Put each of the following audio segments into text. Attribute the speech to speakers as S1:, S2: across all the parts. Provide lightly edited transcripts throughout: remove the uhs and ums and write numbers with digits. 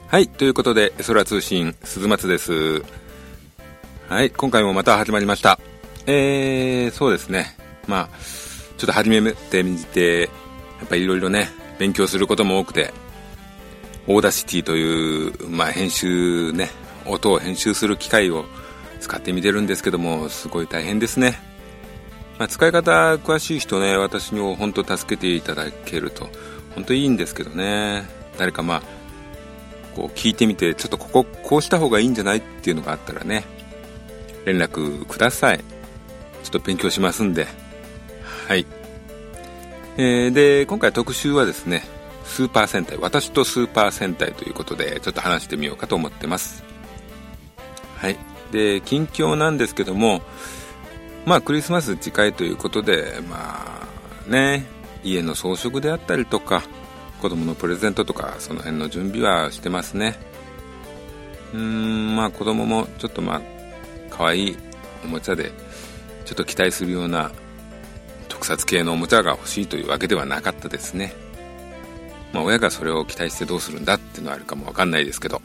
S1: はい、ということで空通信鈴松です。はい、今回もまた始まりました。そうですね、ちょっと始めてみて、やっぱりいろいろね勉強することも多くて、オーダーシティという、編集ね、音を編集する機械を使ってみてるんですけども、すごい大変ですね。使い方詳しい人ね、私に本当助けていただけると本当いいんですけどね。誰かこう聞いてみて、ちょっとこうした方がいいんじゃないっていうのがあったらね、連絡ください。ちょっと勉強しますんで。はい。で、今回特集はですね、スーパー戦隊、私とスーパー戦隊ということでちょっと話してみようかと思ってます。はい。で、近況なんですけども、クリスマス近いということで、家の装飾であったりとか、子供のプレゼントとか、その辺の準備はしてますね。子供もちょっと可愛いおもちゃでちょっと期待するような特撮系のおもちゃが欲しいというわけではなかったですね。親がそれを期待してどうするんだっていうのはあるかもわかんないですけど、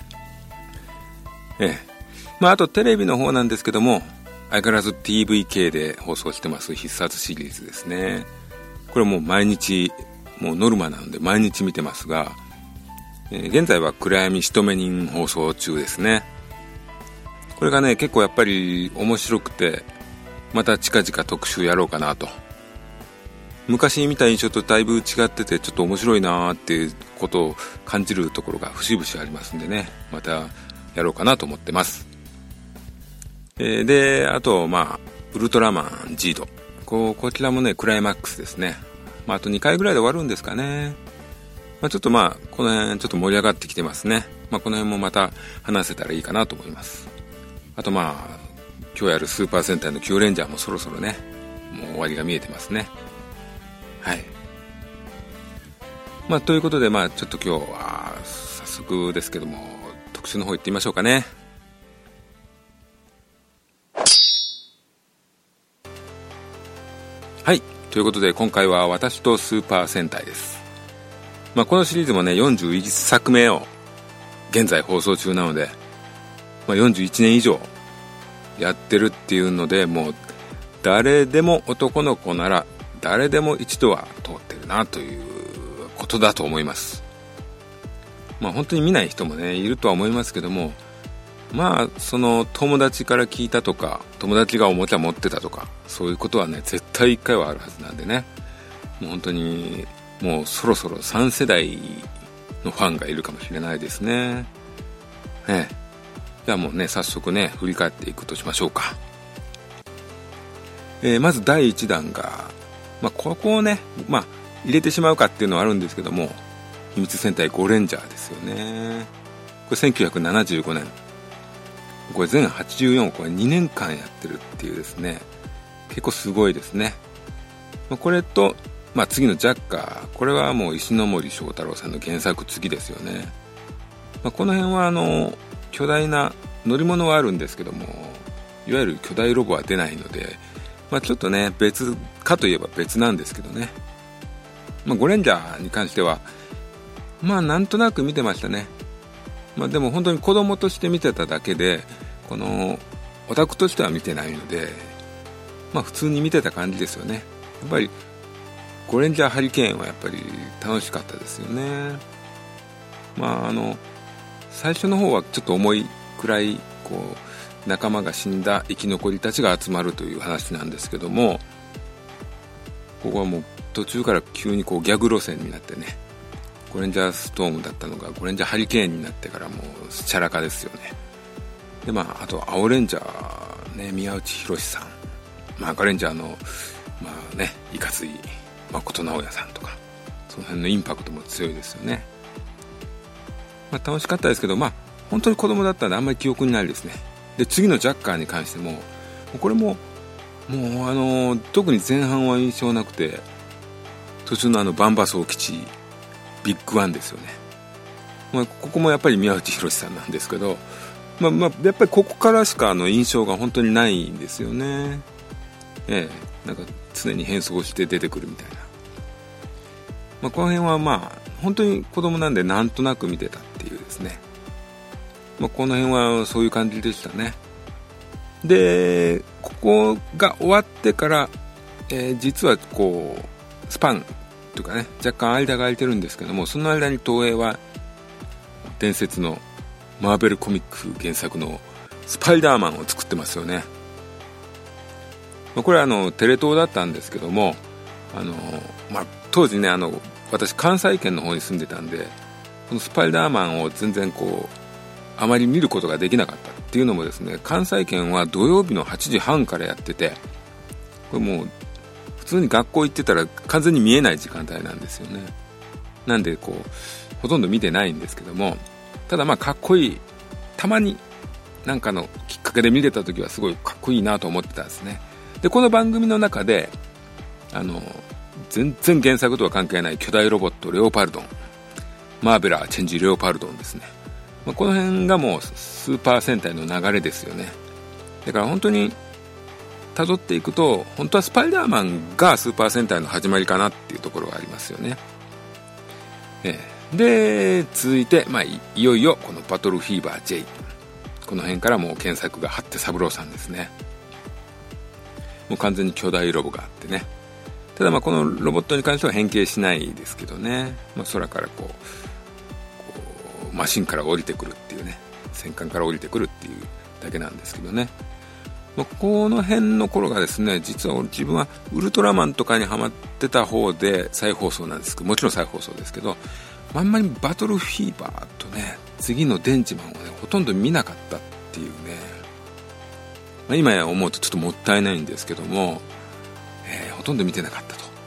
S1: あとテレビの方なんですけども、相変わらず TVK で放送してます必殺シリーズですね。これもう毎日、もうノルマなので毎日見てますが、現在は暗闇仕留め人放送中ですね。これがね結構やっぱり面白くて、また近々特集やろうかなと。昔見た印象とだいぶ違ってて、ちょっと面白いなっていうことを感じるところが節々ありますんでね、またやろうかなと思ってます。で、あとウルトラマンジード、こちらもねクライマックスですね。あと2回ぐらいで終わるんですかね。ちょっとこの辺ちょっと盛り上がってきてますね。この辺もまた話せたらいいかなと思います。あと今日やるスーパー戦隊のキューレンジャーもそろそろね、もう終わりが見えてますね。はい。ということでちょっと今日は早速ですけども、特集の方行ってみましょうかね。はい、ということで今回は私とスーパー戦隊です。このシリーズもね41作目を現在放送中なので、41年以上やってるっていうので、もう誰でも男の子なら誰でも一度は通ってるなということだと思います。本当に見ない人もねいるとは思いますけども、その友達から聞いたとか、友達がおもちゃ持ってたとか、そういうことはね絶対1回はあるはずなんでね、もう本当にもうそろそろ3世代のファンがいるかもしれないですね。じゃあもうね早速ね振り返っていくとしましょうか。まず第1弾が、ここをね入れてしまうかっていうのはあるんですけども、秘密戦隊ゴレンジャーですよね。これ1975年、これ全84、これ2年間やってるっていうですね、結構すごいですね。これと次のジャッカー、これはもう石ノ森章太郎さんの原作次ですよね。この辺は巨大な乗り物はあるんですけども、いわゆる巨大ロボは出ないので、ちょっとね別かといえば別なんですけどね。ゴレンジャーに関してはなんとなく見てましたね。でも本当に子供として見てただけで、このオタクとしては見てないので、普通に見てた感じですよね。やっぱりゴレンジャーハリケーンはやっぱり楽しかったですよね。最初の方はちょっと重いくらい、仲間が死んだ生き残りたちが集まるという話なんですけども、ここはもう途中から急にギャグ路線になってね、ゴレンジャーストームだったのがゴレンジャーハリケーンになってからもうチャラ化ですよね。であと青レンジャーね、宮内浩さん、赤レンジャーのいかつい誠直哉さんとか、その辺のインパクトも強いですよね。楽しかったですけど、本当に子供だったんであんまり記憶にないですね。で次のジャッカーに関しても、これももう特に前半は印象なくて、途中のバンバソウ基地ビッグワンですよね。ここもやっぱり宮内浩さんなんですけど、やっぱりここからしか印象が本当にないんですよね。なんか常に変装して出てくるみたいな。 この辺は本当に子供なんでなんとなく見てたっていうですね、この辺はそういう感じでしたね。でここが終わってから、実はこうスパンというかね、若干間が空いてるんですけども、その間に東映は伝説のマーベルコミック原作のスパイダーマンを作ってますよね。これはテレ東だったんですけども、当時ね、私関西圏の方に住んでたんで、このスパイダーマンを全然こうあまり見ることができなかったっていうのもですね、関西圏は土曜日の8時半からやってて、これもう普通に学校行ってたら完全に見えない時間帯なんですよね。なんでこうほとんど見てないんですけども、ただかっこいい、たまになんかのきっかけで見れた時はすごいかっこいいなと思ってたんですね。でこの番組の中で全然原作とは関係ない巨大ロボットレオパルドン、マーベラーチェンジレオパルドンですね。この辺がもうスーパー戦隊の流れですよね。だから本当に辿っていくと、本当はスパイダーマンがスーパー戦隊の始まりかなっていうところがありますよね。で続いて、いよいよこのバトルフィーバー J、 この辺からもう検索が八手三郎さんですね。もう完全に巨大ロボがあってね。ただこのロボットに関しては変形しないですけどね、空からこうマシンから降りてくるっていうね、戦艦から降りてくるっていうだけなんですけどね。この辺の頃がですね、実は自分はウルトラマンとかにハマってた方で再放送なんですけど、もちろん再放送ですけど、あんまりバトルフィーバーとね、次の電磁マンをねほとんど見なかったっていうね、今や思うとちょっともったいないんですけども、ほとんど見てなかったと。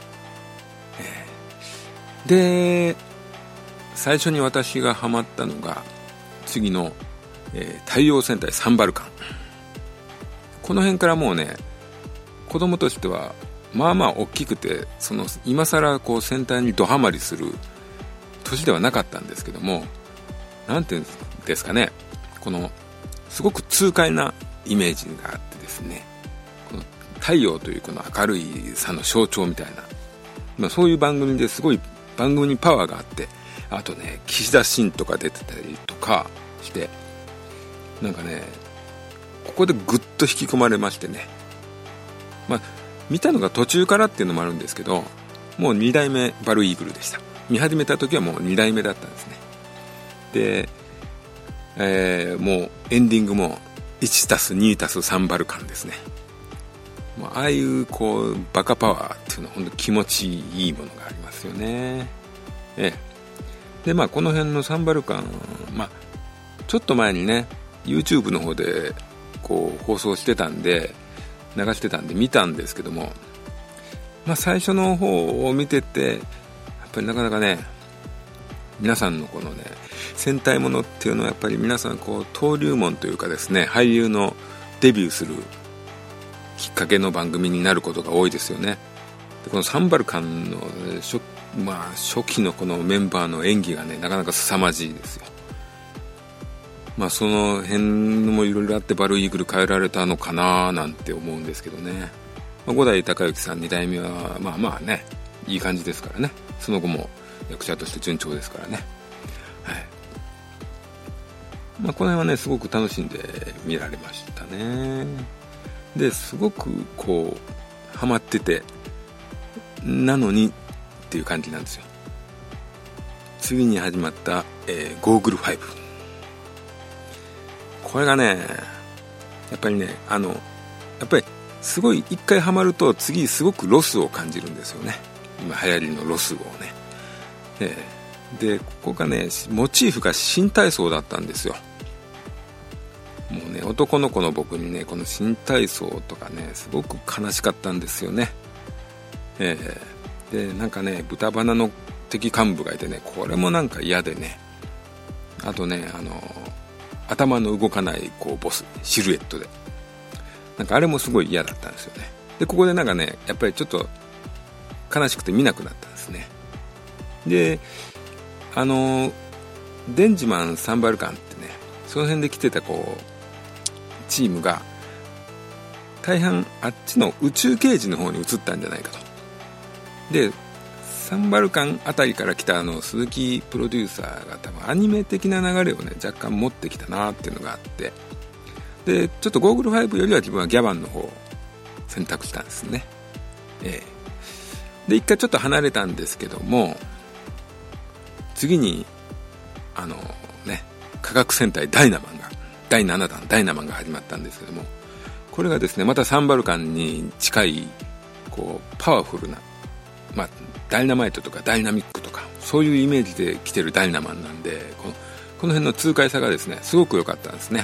S1: で最初に私がハマったのが次の、太陽戦隊サンバルカン。この辺からもうね、子供としては大きくて、今更こう戦隊にドハマりする年ではなかったんですけども、なんていうんですかね、このすごく痛快なイメージがあってですね、この太陽というこの明るいさの象徴みたいな、そういう番組ですごい番組にパワーがあって、あとね岸田新とか出てたりとかして、なんかねここでぐっと引き込まれましてね、見たのが途中からっていうのもあるんですけど、もう2代目バルイーグルでした。見始めた時はもう2代目だったんですね。で、もうエンディングも 1+2+3 バルカンですね。ああいうこうバカパワーっていうのは本当気持ちいいものがありますよね。でこの辺のサンバルカン、ちょっと前にね YouTube の方でこう放送してたんで流してたんで見たんですけども、最初の方を見ててやっぱりなかなかね、皆さんのこのね戦隊ものっていうのはやっぱり皆さんこう登竜門というかですね、俳優のデビューするきっかけの番組になることが多いですよね。でこのサンバルカンの初期のこのメンバーの演技がねなかなか凄まじいですよ。その辺もいろいろあってバルイーグル変えられたのかななんて思うんですけどね。五代孝之さん2代目はねいい感じですからね、その後も役者として順調ですからね。この辺はねすごく楽しんで見られましたね。ですごくこうハマってて、なのにっていう感じなんですよ。次に始まった、ゴーグル5、これがねやっぱりねやっぱりすごい一回ハマると次すごくロスを感じるんですよね。今流行りのロスをね。でここがねモチーフが新体操だったんですよ。もうね男の子の僕にねこの新体操とかねすごく悲しかったんですよね。でなんかね豚鼻の敵幹部がいてね、これもなんか嫌でね、あとね頭の動かないこうボスシルエットでなんかあれもすごい嫌だったんですよね。でここでなんかねやっぱりちょっと悲しくて見なくなったんですね。でデンジマンサンバルカンってね、その辺で来てたこうチームが大半あっちの宇宙刑事の方に移ったんじゃないかと。でサンバルカンあたりから来た鈴木プロデューサーが多分アニメ的な流れをね若干持ってきたなっていうのがあって、でちょっと Google5 よりは自分はギャバンの方を選択したんですね。で一回ちょっと離れたんですけども、次に科学戦隊ダイナマンが第7弾ダイナマンが始まったんですけども、これがですねまたサンバルカンに近いこうパワフルな、ダイナマイトとかダイナミックとかそういうイメージで来てるダイナマンなんで、この辺の痛快さがですねすごく良かったんですね。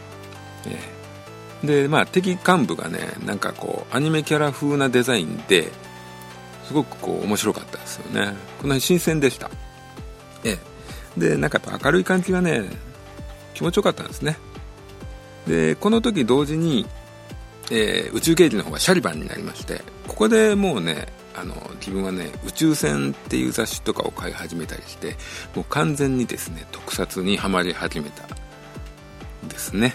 S1: で敵幹部がねなんかこうアニメキャラ風なデザインですごくこう面白かったですよね。この辺新鮮でした。でなんかやっぱ明るい感じがね気持ちよかったんですね。でこの時同時に、宇宙刑事の方がシャリバンになりまして、ここでもうね自分はね宇宙船っていう雑誌とかを買い始めたりして、もう完全にですね特撮にはまり始めたんですね。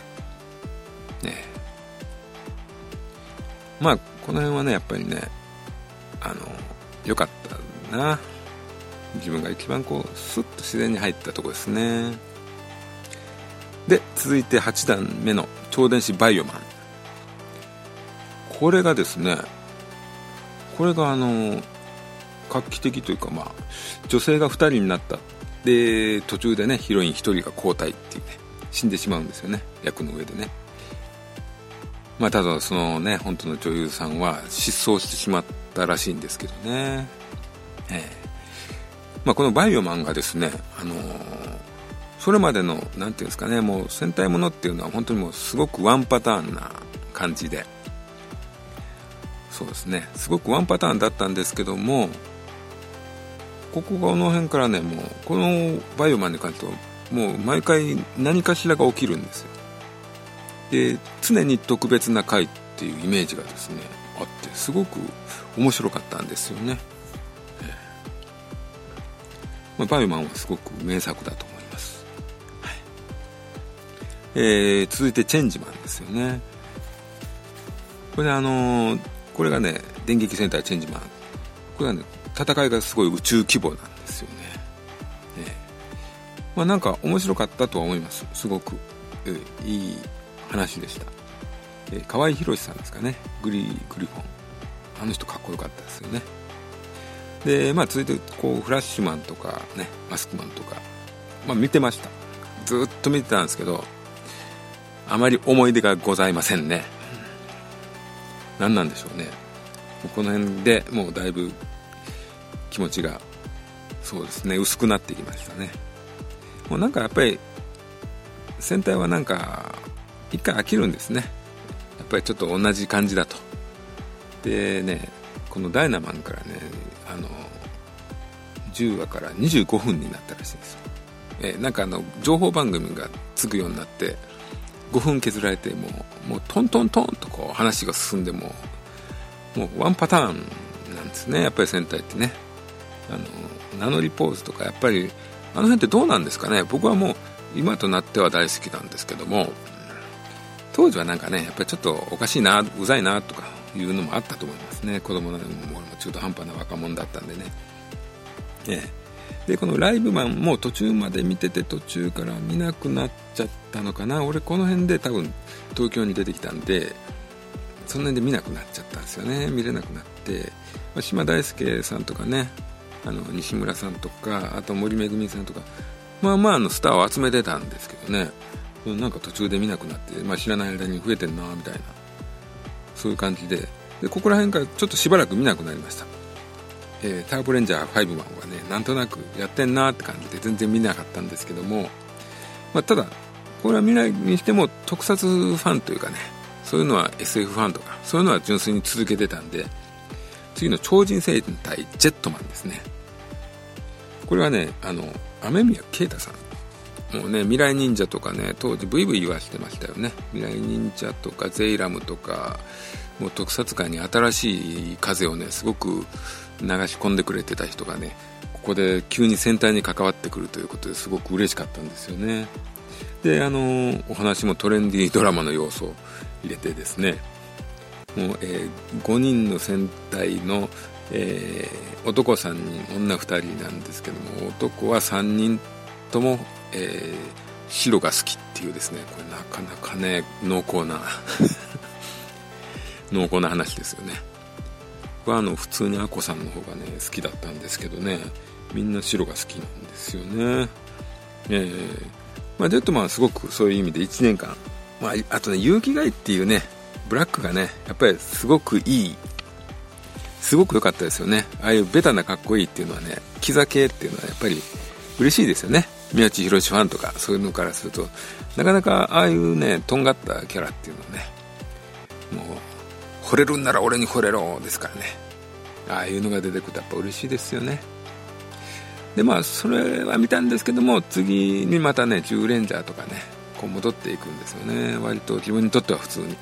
S1: この辺はねやっぱりね良かったな。自分が一番こうスッと自然に入ったとこですね。で続いて8弾目の超電子バイオマン、これがですね画期的というか、女性が2人になったで途中でねヒロイン1人が交代っていうね死んでしまうんですよね、役の上でね。ただそのね本当の女優さんは失踪してしまったらしいんですけどね。このバイオマンがですねそれまでのなんていうんですかね、もう戦隊ものっていうのは本当にもうすごくワンパターンな感じで、そうですねすごくワンパターンだったんですけども、この辺からねもうこのバイオマンに関してはもう毎回何かしらが起きるんですよ。で常に特別な回っていうイメージがですねあって、すごく面白かったんですよね。バイオマンはすごく名作だと思います。続いてチェンジマンですよね。これがね電撃戦隊チェンジマン、これはね戦いがすごい宇宙規模なんですよね。なんか面白かったとは思います。すごく、いい話でした。河合宏さんですかね、グリフォン、あの人かっこよかったですよね。で続いてこうフラッシュマンとかねマスクマンとか、見てました。ずっと見てたんですけどあまり思い出がございませんね。何なんでしょうね。この辺でもうだいぶ気持ちがそうですね薄くなってきましたね。もうなんかやっぱり戦隊はなんか一回飽きるんですね。やっぱりちょっと同じ感じだと。でねこのダイナマンからね10話から25分になったらしいんですよ。なんか情報番組がつくようになって5分削られてもうトントントンとこう話が進んでもうワンパターンなんですね。やっぱり戦隊ってね名乗りポーズとかやっぱりあの辺ってどうなんですかね。僕はもう今となっては大好きなんですけども、当時はなんかねやっぱりちょっとおかしいなうざいなとかいうのもあったと思いますね。子供の頃も中途半端な若者だったんでね。でこのライブマンも途中まで見てて途中から見なくなっちゃったのかな。俺この辺で多分東京に出てきたんでその辺で見なくなっちゃったんですよね。見れなくなって、島大輔さんとかね西村さんとかあと森めぐみさんとかスターを集めてたんですけどね、なんか途中で見なくなって、知らない間に増えてんなみたいなそういう感じで、ここら辺からちょっとしばらく見なくなりました。ターボレンジャー5マンはねなんとなくやってんなって感じで全然見なかったんですけども、ただこれは見ないにしても特撮ファンというかね、そういうのは SF ファンとかそういうのは純粋に続けてたんで、次の超人戦隊ジェットマンですね。これはね雨宮啓太さん、もうね未来忍者とかね当時ブイブイ言わしてましたよね。未来忍者とかゼイラムとかもう特撮界に新しい風をねすごく流し込んでくれてた人がねここで急に戦隊に関わってくるということですごく嬉しかったんですよね。でお話もトレンディードラマの要素を入れてですね、もう、5人の戦隊の男3人女2人なんですけども、男は3人とも、白が好きっていうですね、これなかなかね濃厚な濃厚な話ですよね。僕は普通にアコさんの方がね好きだったんですけどね、みんな白が好きなんですよね。ちょっとすごくそういう意味で1年間、あとね結城ガイっていうねブラックがねやっぱりすごく良かったですよね。ああいうベタなかっこいいっていうのはね、キザ系っていうのはやっぱり嬉しいですよね。宮内博ファンとかそういうのからすると、なかなかああいうねとんがったキャラっていうのはね、もう惚れるんなら俺に惚れろですからね。ああいうのが出てくるとやっぱ嬉しいですよね。でそれは見たんですけども、次にまたね10レンジャーとかねこう戻っていくんですよね。割と自分にとっては普通に。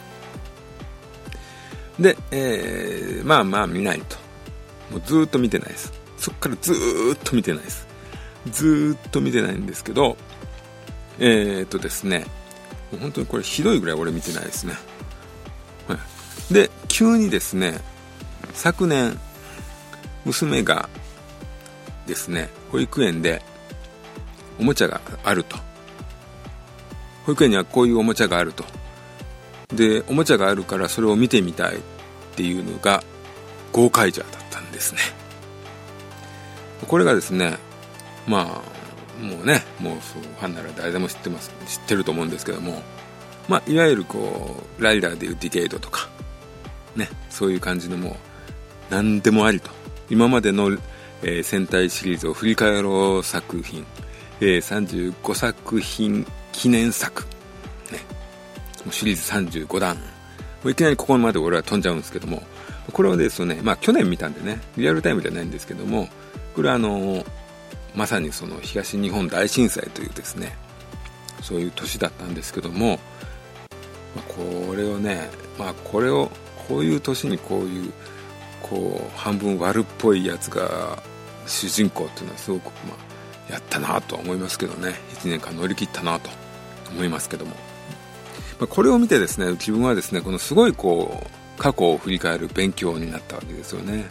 S1: で、見ないと、もうずっと見てないです。そっからずっと見てないです。ずっと見てないんですけど、ですね、もう本当にこれひどいぐらい俺見てないですね。で急にですね、昨年娘がですね保育園でおもちゃがあると、保育園にはこういうおもちゃがあると、でおもちゃがあるからそれを見てみたいっていうのがゴーカイジャーだったんですね。これがですね、もうファンなら誰でも知ってると思うんですけども、いわゆるこうライダーでいうディケイドとかね、そういう感じのもう何でもありと、今までの、戦隊シリーズを振り返ろう作品、35作品記念作、ね、シリーズ35弾、いきなりここまで俺は飛んじゃうんですけども、これをですね、去年見たんでねリアルタイムじゃないんですけども、これはまさにその東日本大震災というですね、そういう年だったんですけども、これをね、こういう年にこういう半分悪っぽいやつが主人公っていうのはすごくやったなとは思いますけどね。1年間乗り切ったなと思いますけども、これを見てですね、自分はですね、このすごい過去を振り返る勉強になったわけですよね。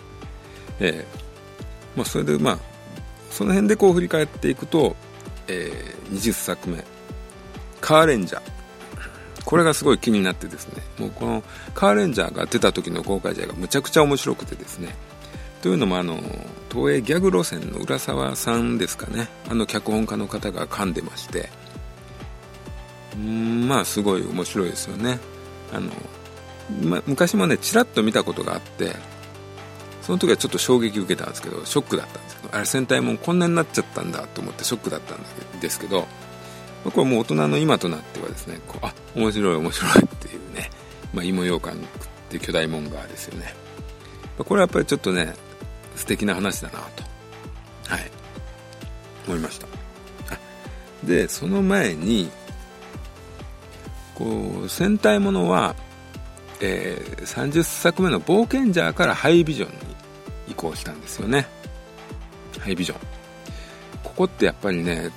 S1: それでその辺で振り返っていくと、20作目カーレンジャー、これがすごい気になってですね、もうこのカーレンジャーが出た時のゴーカイジャーがむちゃくちゃ面白くてですね、というのも東映ギャグ路線の浦沢さんですかね、脚本家の方が噛んでまして、すごい面白いですよね。昔もねちらっと見たことがあって、その時はちょっと衝撃受けたんですけど、ショックだったんですけど、あれ戦隊もこんなになっちゃったんだと思ってショックだったんですけど、これもう大人の今となってはですね、面白いっていうね、芋ようかんっていう巨大モンガーですよね。これはやっぱりちょっとね素敵な話だなと思いました。でその前に戦隊ものは、30作目の冒険者からハイビジョンに移行したんですよね。ハイビジョン、ここってやっぱりね、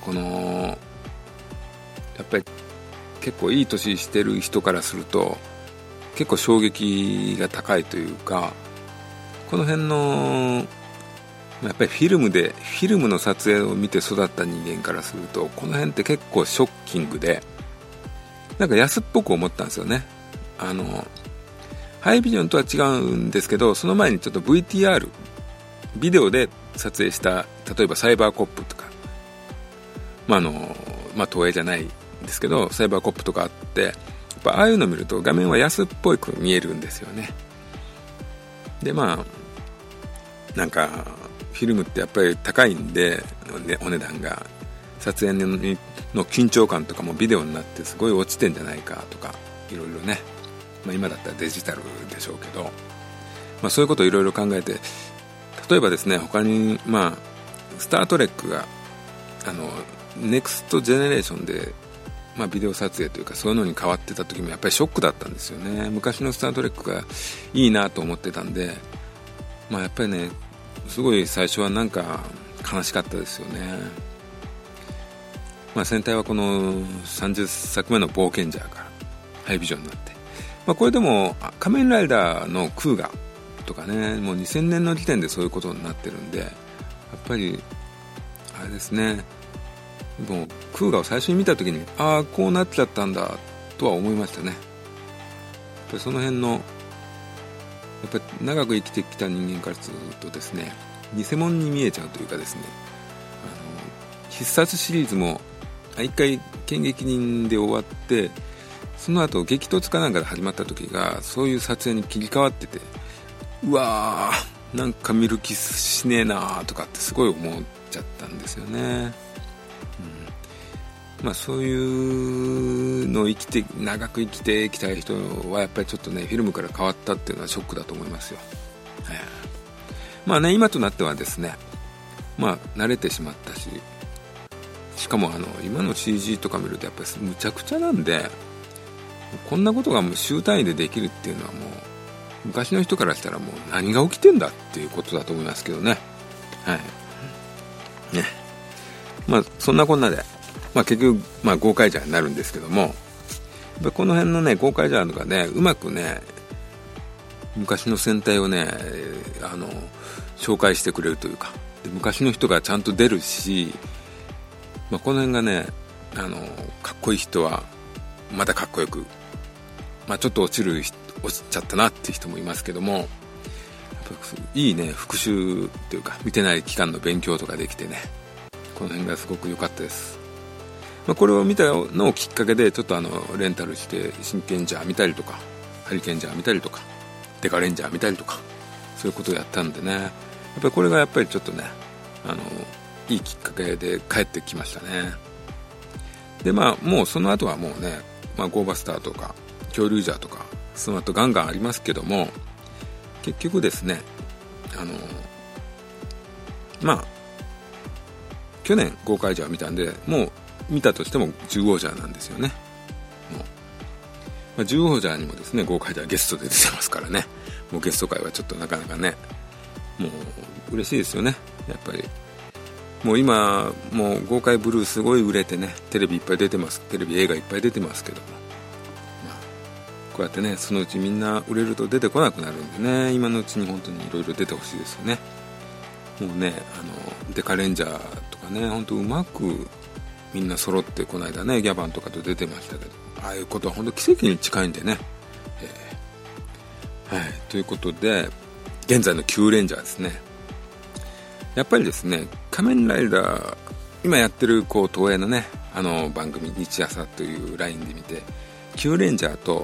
S1: やっぱり結構いい年してる人からすると結構衝撃が高いというか、この辺のやっぱりフィルムの撮影を見て育った人間からすると、この辺って結構ショッキングで、なんか安っぽく思ったんですよね。ハイビジョンとは違うんですけど、その前にちょっと VTR ビデオで撮影した例えばサイバーコップとか、東映じゃないんですけどサイバーコップとかあって、やっぱああいうの見ると画面は安っぽく見えるんですよね。でなんかフィルムってやっぱり高いんで、お値段が撮影の緊張感とかもビデオになってすごい落ちてんじゃないかとか、いろいろね、今だったらデジタルでしょうけど、そういうことをいろいろ考えて、例えばですね、他にスタートレックがネクストジェネレーションで、ビデオ撮影というかそういうのに変わってた時もやっぱりショックだったんですよね。昔のスタートレックがいいなと思ってたんで、やっぱりねすごい最初はなんか悲しかったですよね。戦隊はこの30作目の冒険者からハイビジョンになって、これでも仮面ライダーのクーガとかね、もう2000年の時点でそういうことになってるんで、やっぱりあれですね、もうクーガを最初に見た時にこうなっちゃったんだとは思いましたね。やっぱりその辺のやっぱり長く生きてきた人間からするとですね、偽物に見えちゃうというかですね、必殺シリーズも一回剣撃人で終わって、その後激突かなんかで始まった時がそういう撮影に切り替わってて、うわーなんか見る気しねえなとかってすごい思っちゃったんですよね。そういうのを長く生きてきた人はやっぱりちょっとね、フィルムから変わったっていうのはショックだと思いますよ。今となってはですね、慣れてしまったし、しかも今の CG とか見るとやっぱりむちゃくちゃなんで、こんなことがもう週単位でできるっていうのはもう昔の人からしたらもう何が起きてんだっていうことだと思いますけどね。そんなこんなで、結局ゴーカイジャーになるんですけども、この辺のねゴーカイジャーとかね、うまくね昔の戦隊をね紹介してくれるというか、で昔の人がちゃんと出るし、この辺がねかっこいい人はまたかっこよく、ちょっと落ちちゃったなっていう人もいますけども、やっぱいいね復習というか見てない期間の勉強とかできてね、この辺がすごく良かったです。これを見たのをきっかけでちょっとレンタルして真剣ジャー見たりとか、ハリケンジャー見たりとか、デカレンジャー見たりとか、そういうことをやったんでね、やっぱりこれがやっぱりちょっとねいいきっかけで帰ってきましたね。でもうその後はもうね、ゴーバスターとか恐竜ジャーとかその後ガンガンありますけども、結局ですね去年ゴーカイジャー見たんで、もう見たとしても10王者なんですよね。10王者にもですねゴーカイジャーゲストで出てますからね、もうゲスト会はちょっとなかなかね、もう嬉しいですよね。やっぱりもう今もうゴーカイブルーすごい売れてね、テレビいっぱい出てます、テレビ映画いっぱい出てますけども、こうやってねそのうちみんな売れると出てこなくなるんでね、今のうちに本当にいろいろ出てほしいですよね。もうねデカレンジャーとかね、本当うまくみんな揃って、この間ねギャバンとかと出てましたけど、ああいうことは本当奇跡に近いんでね、ということで現在のキューレンジャーですね。やっぱりですね、仮面ライダー今やってる東映のね番組日朝というラインで見て、キューレンジャーと、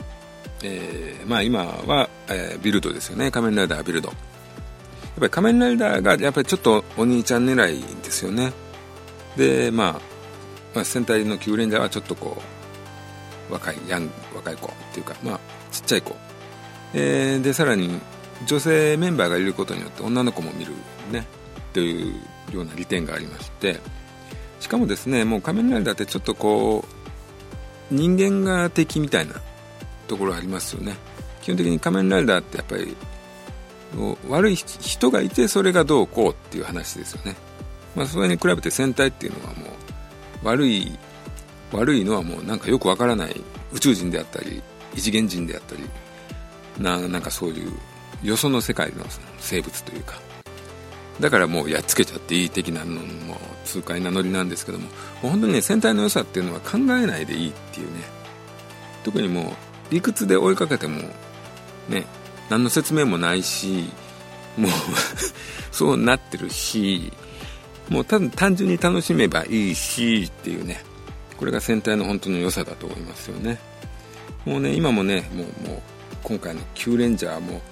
S1: 今は、ビルドですよね、仮面ライダービルド。やっぱり仮面ライダーがやっぱりちょっとお兄ちゃん狙いですよね。で戦隊のキューレンジャーはちょっと若い子っていうかちっちゃい子、でさらに女性メンバーがいることによって女の子も見るねというような利点がありまして、しかもですね、もう仮面ライダーってちょっと人間が敵みたいなところありますよね。基本的に仮面ライダーってやっぱり悪い人がいて、それがどうこうっていう話ですよね。それに比べて戦隊っていうのはもう悪いのはもうなんかよくわからない宇宙人であったり異次元人であったりなんかそういうよその世界の生物というか、だからもうやっつけちゃっていい的なのも痛快なノリなんですけども、もう本当にね戦隊の良さっていうのは考えないでいいっていうね、特にもう理屈で追いかけてもね何の説明もないし、もうそうなってるし、もう単純に楽しめばいいしっていうね、これが戦隊の本当の良さだと思いますよね。もうね今もねもう今回のキューレンジャーも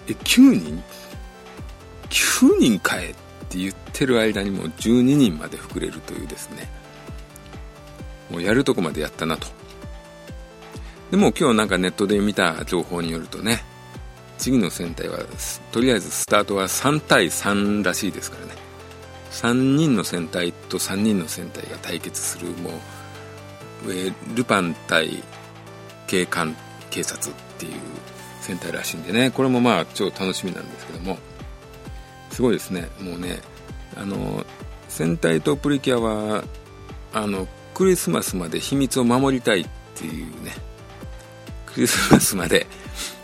S1: 9人かえって言ってる間にもう12人まで膨れるというですね、もうやるとこまでやったなと。でも今日なんかネットで見た情報によるとね、次の戦隊はとりあえずスタートは3対3らしいですからね、3人の戦隊と3人の戦隊が対決する、もうルパン対警察っていう戦隊らしいんでね、これも超楽しみなんですけども、すごいですね。もうね戦隊とプリキュアはクリスマスまで秘密を守りたいっていうね、クリスマスまで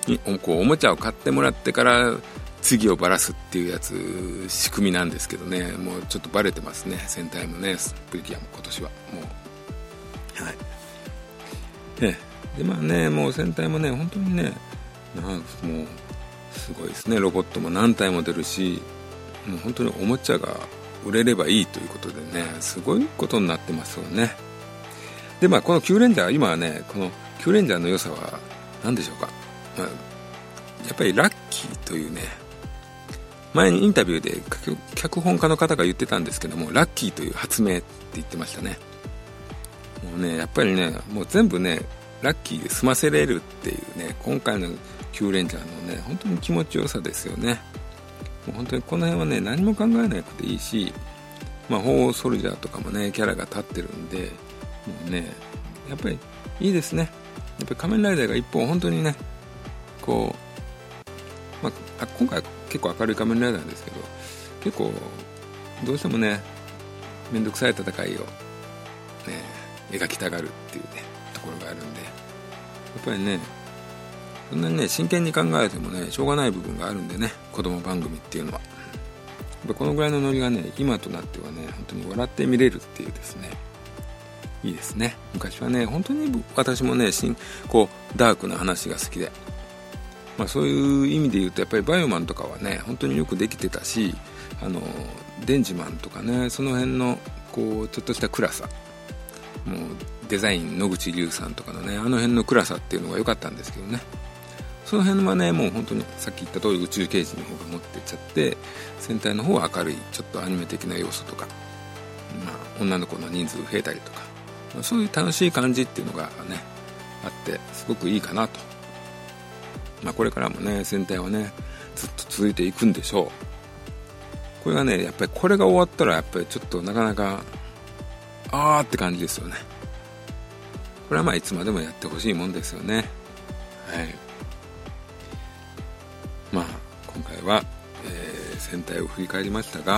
S1: にこうおもちゃを買ってもらってから次をバラすっていうやつ仕組みなんですけどね、もうちょっとバレてますね。戦隊もねプリキュアも今年はもうはいでまあね、もう戦隊もね本当にねもうすごいですね。ロボットも何体も出るし、もう本当におもちゃが売れればいいということでね、すごいことになってますよね。でまあこのキューレンジャー、今はねこのキューレンジャーの良さは何でしょうか、やっぱりラッキーというね、前にインタビューで脚本家の方が言ってたんですけども、ラッキーという発明って言ってましたね。もうねやっぱりねもう全部ねラッキーで済ませれるっていうね、今回のキューレンジャーのね本当に気持ちよさですよね。もう本当にこの辺はね何も考えなくていいし、まあホーソルジャーとかもねキャラが立ってるんで、もうねやっぱりいいですね。やっぱり仮面ライダーが一本本当にねこう、今回は結構明るい仮面ライダーなんですけど、結構どうしてもねめんどくさい戦いをね描きたがるっていうねところがあるんで、やっぱりねそんなにね真剣に考えてもねしょうがない部分があるんでね、子供番組っていうのはやっぱこのぐらいのノリがね今となってはね本当に笑って見れるっていうですね、いいですね。昔はね本当に私もねこうダークな話が好きで、そういう意味で言うとやっぱりバイオマンとかはね本当によくできてたし、デンジマンとかねその辺のこうちょっとした暗さ、もうデザイン野口竜さんとかのねあの辺の暗さっていうのが良かったんですけどね、その辺はねもう本当にさっき言った通り宇宙刑事の方が持ってっちゃって、戦隊の方は明るいちょっとアニメ的な要素とか、女の子の人数増えたりとか、そういう楽しい感じっていうのがねあってすごくいいかなと。これからもね戦隊はねずっと続いていくんでしょう。これがねやっぱりこれが終わったらやっぱりちょっとなかなかって感じですよね。これはいつまでもやってほしいもんですよね。はい。今回は、戦隊を振り返りましたが、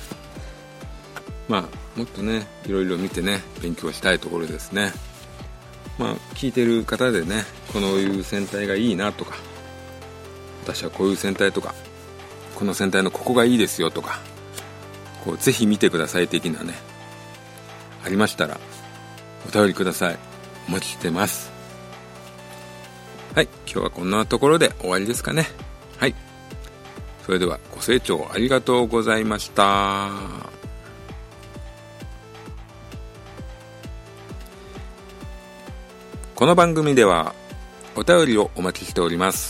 S1: もっとねいろいろ見てね勉強したいところですね。聞いてる方でねこのいう戦隊がいいなとか、私はこういう戦隊とか、この戦隊のここがいいですよとか、こうぜひ見てください的なねありましたらお便りください。お待ちしてます。はい、今日はこんなところで終わりですかね。はい、それではご清聴ありがとうございました。この番組ではお便りをお待ちしております。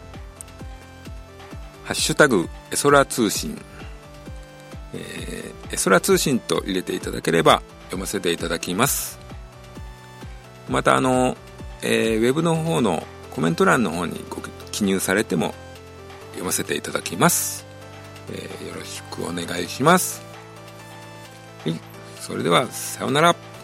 S1: ハッシュタグエソラ通信、エソラ通信と入れていただければ読ませていただきます。またウェブの方のコメント欄の方にご記入されても読ませていただきます。よろしくお願いします。はい、それではさようなら。